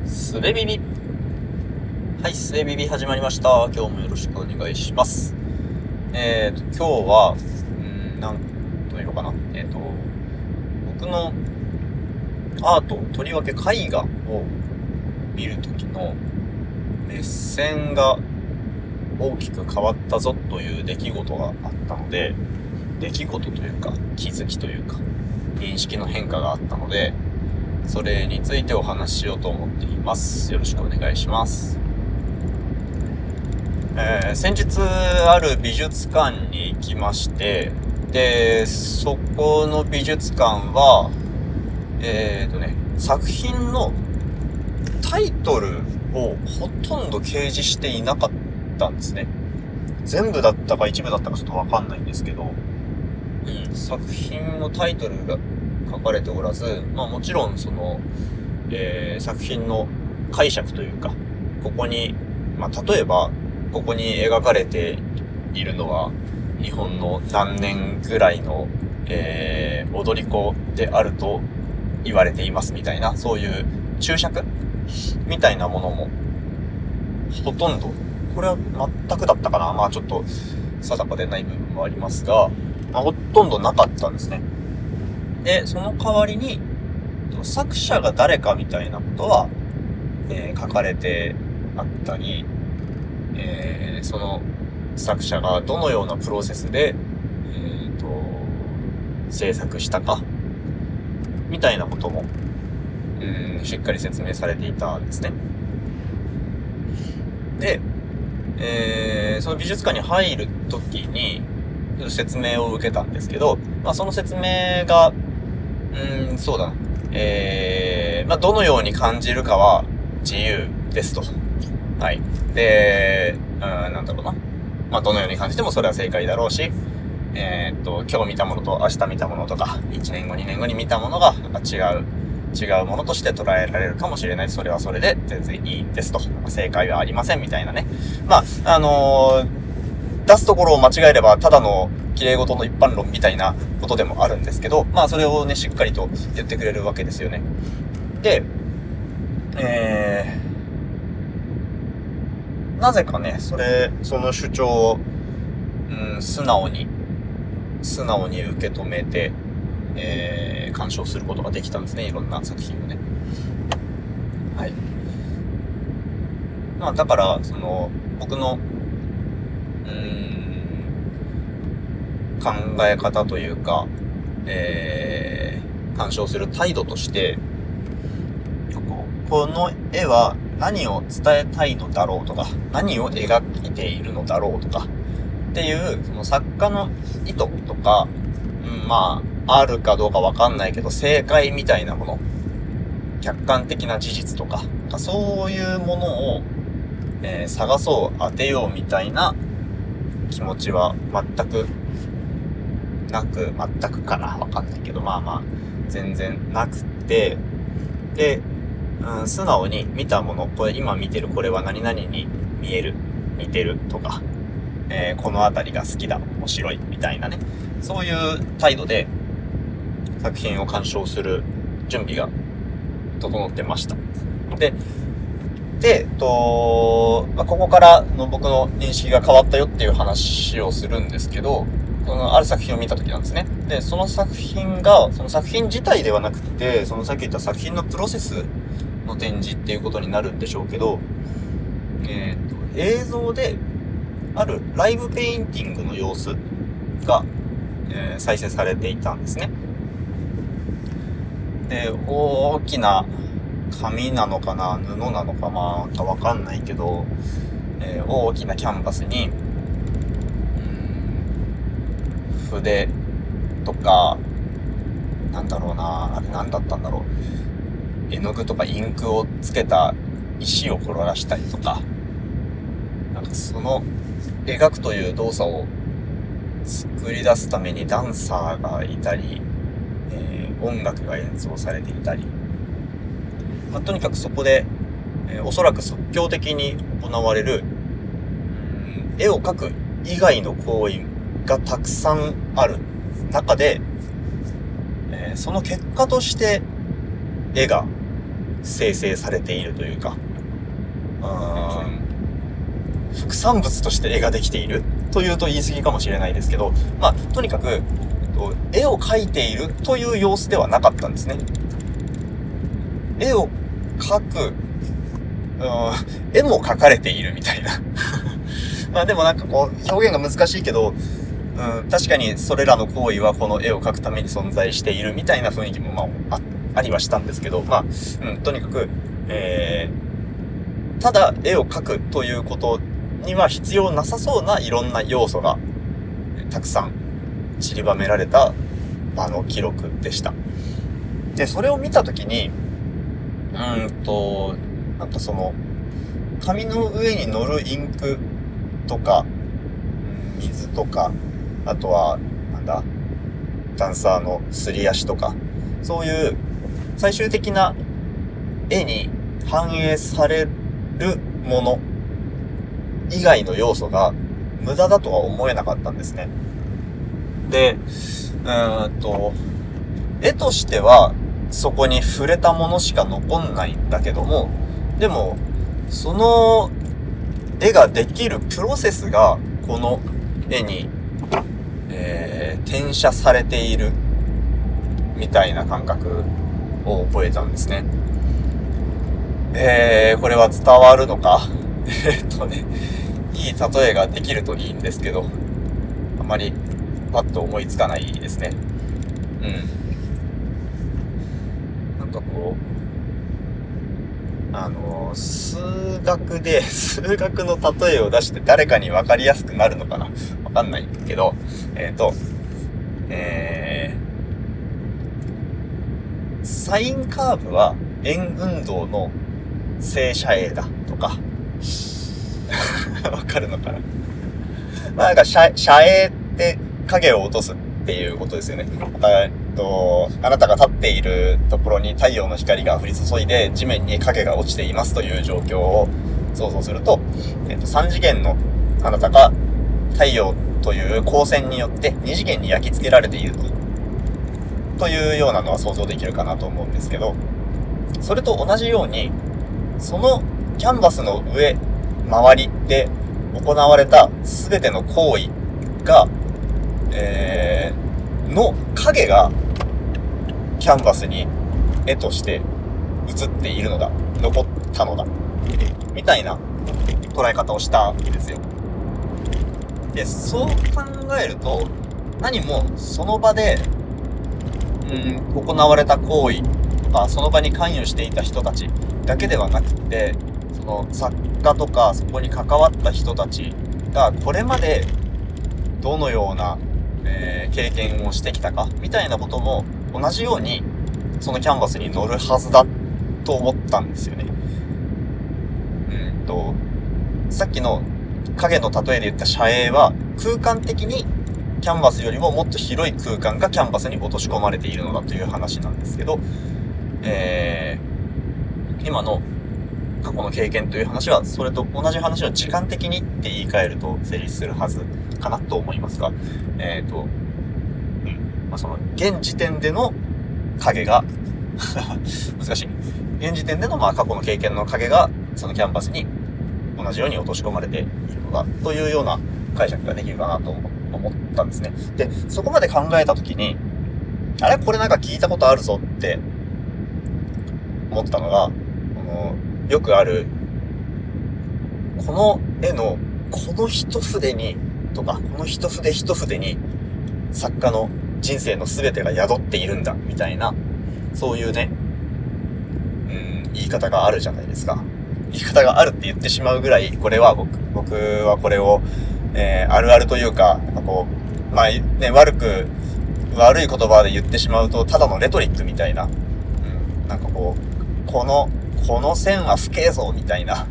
スレビビ。はい、スレビビ始まりました。今日もよろしくお願いします。今日は、なんというのかな。僕のアート、とりわけ絵画を見るときの目線が大きく変わったぞという出来事があったので、出来事というか、気づきというか、認識の変化があったので、それについてお話ししようと思っています。よろしくお願いします。先日ある美術館に行きまして、で、そこの美術館は、作品のタイトルをほとんど掲示していなかったんですね。全部だったか一部だったかちょっとわかんないんですけど、作品のタイトルが書かれておらず、もちろんその、作品の解釈というか、ここに、例えば、ここに描かれているのは、日本の何年ぐらいの、踊り子であると言われていますみたいな、そういう注釈みたいなものも、ほとんど、これは全くだったかな、ちょっと定かでない部分もありますが、ほとんどなかったんですね。で、その代わりに、作者が誰かみたいなことは、書かれてあったり、その作者がどのようなプロセスで、制作したか、みたいなことも、しっかり説明されていたんですね。で、その美術館に入るときに、説明を受けたんですけど、その説明が、そうだな。どのように感じるかは自由ですと。はい。で、どのように感じてもそれは正解だろうし、今日見たものと明日見たものとか、1年後、2年後に見たものが違うものとして捉えられるかもしれない。それはそれで全然いいんですと。正解はありませんみたいなね。出すところを間違えればただの綺麗事の一般論みたいなことでもあるんですけど、それをね、しっかりと言ってくれるわけですよね。で、なぜかね、その主張を、素直に受け止めて、鑑賞することができたんですね。いろんな作品をね。はい。だから、僕の、考え方というか、鑑賞する態度として、この絵は何を伝えたいのだろうとか、何を描いているのだろうとか、っていう、その作家の意図とか、あるかどうかわかんないけど、正解みたいなもの、客観的な事実とか、そういうものを、探そう、当てようみたいな気持ちは全くかな、わかんないけど、全然なくて、で、素直に見たもの、これ今見てるこれは何々に見える、似てるとか、このあたりが好きだ、面白いみたいなね、そういう態度で作品を鑑賞する準備が整ってました。で、ここからの僕の認識が変わったよっていう話をするんですけど、ある作品を見た時なんですね。で、その作品自体ではなくて、さっき言った作品のプロセスの展示っていうことになるんでしょうけど、映像であるライブペインティングの様子が、再生されていたんですね。で、大きな紙なのかな、布なのかわかんないけど、大きなキャンバスに、筆とか、あれ何だったんだろう。絵の具とかインクをつけた石を転がしたりとか、その描くという動作を作り出すためにダンサーがいたり、音楽が演奏されていたり、とにかくそこで、おそらく即興的に行われる、絵を描く以外の行為がたくさんある中で、その結果として絵が生成されているというか、副産物として絵ができているというと言い過ぎかもしれないですけど、まあ、とにかく、絵を描いているという様子ではなかったんですね。絵を描く、絵も描かれているみたいな。まあでもなんかこう、表現が難しいけど、確かにそれらの行為はこの絵を描くために存在しているみたいな雰囲気もまあ、ありはしたんですけど、まあ、とにかく、ただ絵を描くということには必要なさそうないろんな要素がたくさん散りばめられた記録でした。で、それを見たときに、なんかその、紙の上に乗るインクとか、水とか、あとは、ダンサーのすり足とか、そういう最終的な絵に反映されるもの以外の要素が無駄だとは思えなかったんですね。で、絵としてはそこに触れたものしか残んないんだけども、でも、その絵ができるプロセスがこの絵に、転写されているみたいな感覚を覚えたんですね。これは伝わるのかいい例えができるといいんですけど、あまりパッと思いつかないですね。なんかこう、数学の例えを出して誰かに分かりやすくなるのかなわかんないけど、サインカーブは円運動の正斜影だとか、わかるのかな。まあなんか斜影って影を落とすっていうことですよね。あなたが立っているところに太陽の光が降り注いで地面に影が落ちていますという状況を想像すると、3次元のあなたが太陽という光線によって2次元に焼き付けられているというようなのは想像できるかなと思うんですけど、それと同じように、そのキャンバスの上、周りで行われた全ての行為が、の影がキャンバスに絵として映っているのだ、残ったのだ、みたいな捉え方をしたわけですよ。で、そう考えると、何もその場で、行われた行為とか、その場に関与していた人たちだけではなくて、その作家とかそこに関わった人たちがこれまでどのような、経験をしてきたかみたいなことも同じようにそのキャンバスに乗るはずだと思ったんですよね。さっきの影の例えで言った斜影は空間的にキャンバスよりももっと広い空間がキャンバスに落とし込まれているのだという話なんですけど、今の過去の経験という話はそれと同じ話を時間的にって言い換えると成立するはずかなと思いますが、その現時点での影が難しい。現時点での過去の経験の影がそのキャンバスに同じように落とし込まれているのだというような解釈ができるかなと思ったんですね。で、そこまで考えたときに、あれこれなんか聞いたことあるぞって思ったのが、よくある、この絵のこの一筆にとか、この一筆一筆に作家の人生の全てが宿っているんだみたいな、そういうね、言い方があるじゃないですか。言い方があるって言ってしまうぐらい、これは僕はこれを、あるあるというか、なんかこう、悪い言葉で言ってしまうと、ただのレトリックみたいな、なんかこう、この線は不敬ぞみたいな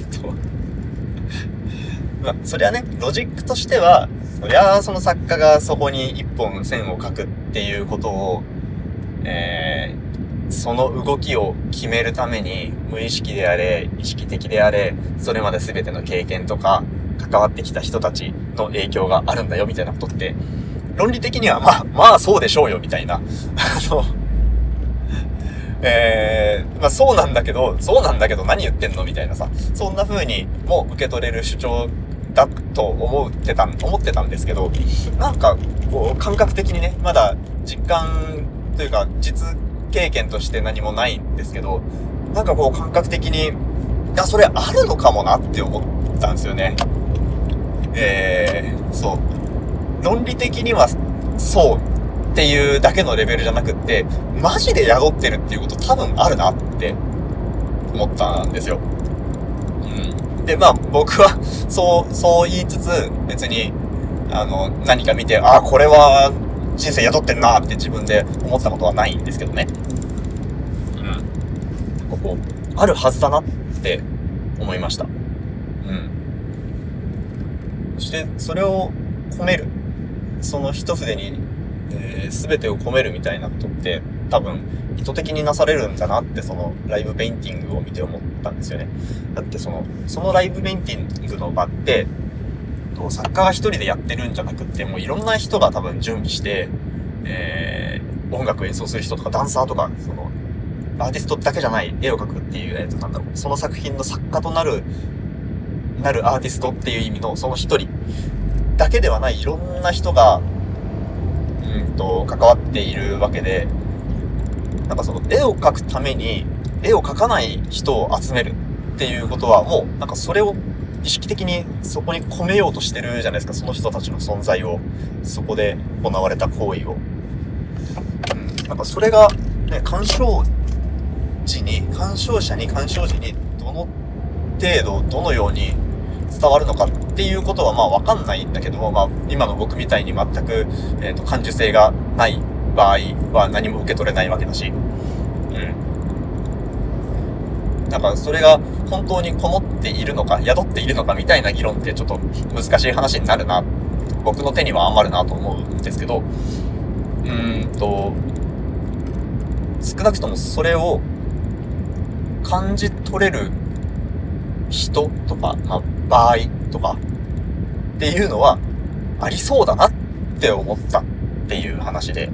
それはね、ロジックとしては、そりゃその作家がそこに一本線を描くっていうことを、その動きを決めるために無意識であれ、意識的であれ、それまで全ての経験とか関わってきた人たちの影響があるんだよみたいなことって、論理的にはまあそうでしょうよみたいなまあそうなんだけど何言ってんのみたいなさ、そんな風にも受け取れる主張だと思ってたんですけど、なんかこう感覚的にね、まだ実感というか実経験として何もないんですけど、なんかこう感覚的に、それあるのかもなって思ったんですよね。そう。論理的にはそうっていうだけのレベルじゃなくって、マジで宿ってるっていうこと多分あるなって思ったんですよ。うん。で、まあ僕はそう言いつつ、別に、何か見て、これは人生宿ってんなって自分で思ったことはないんですけどね。うん。ここ、あるはずだなって思いました。うん。そして、それを込める。その一筆に、全てを込めるみたいなことって多分意図的になされるんだなってそのライブペインティングを見て思ったんですよね。だってそのライブペインティングの場って、作家が一人でやってるんじゃなくって、もういろんな人が多分準備して、音楽演奏する人とかダンサーとか、そのアーティストだけじゃない絵を描くっていう、その作品の作家となるアーティストっていう意味のその一人だけではないいろんな人が関わっているわけで、なんかその絵を描くために絵を描かない人を集めるっていうことはもうなんかそれを意識的にそこに込めようとしてるじゃないですか。その人たちの存在を、そこで行われた行為を。なんかそれがね、鑑賞者にどの程度どのように伝わるのかっていうことはまあわかんないんだけども、まあ今の僕みたいに全く、感受性がない場合は何も受け取れないわけだし、なんかそれが本当にこもっているのか宿っているのかみたいな議論ってちょっと難しい話になるな、僕の手には余るなと思うんですけど、少なくともそれを感じ取れる人とか、まあ、場合とかっていうのはありそうだなって思ったっていう話で、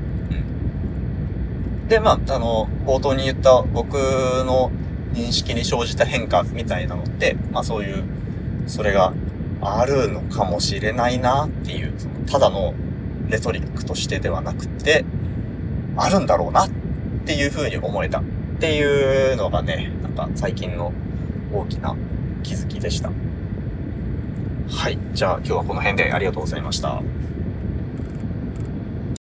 で、まあ、冒頭に言った僕の認識に生じた変化みたいなのって、まあそういう、それがあるのかもしれないなっていう、ただのレトリックとしてではなくて、あるんだろうなっていう風に思えたっていうのがね、なんか最近の大きな気づきでした。はい。じゃあ今日はこの辺でありがとうございました。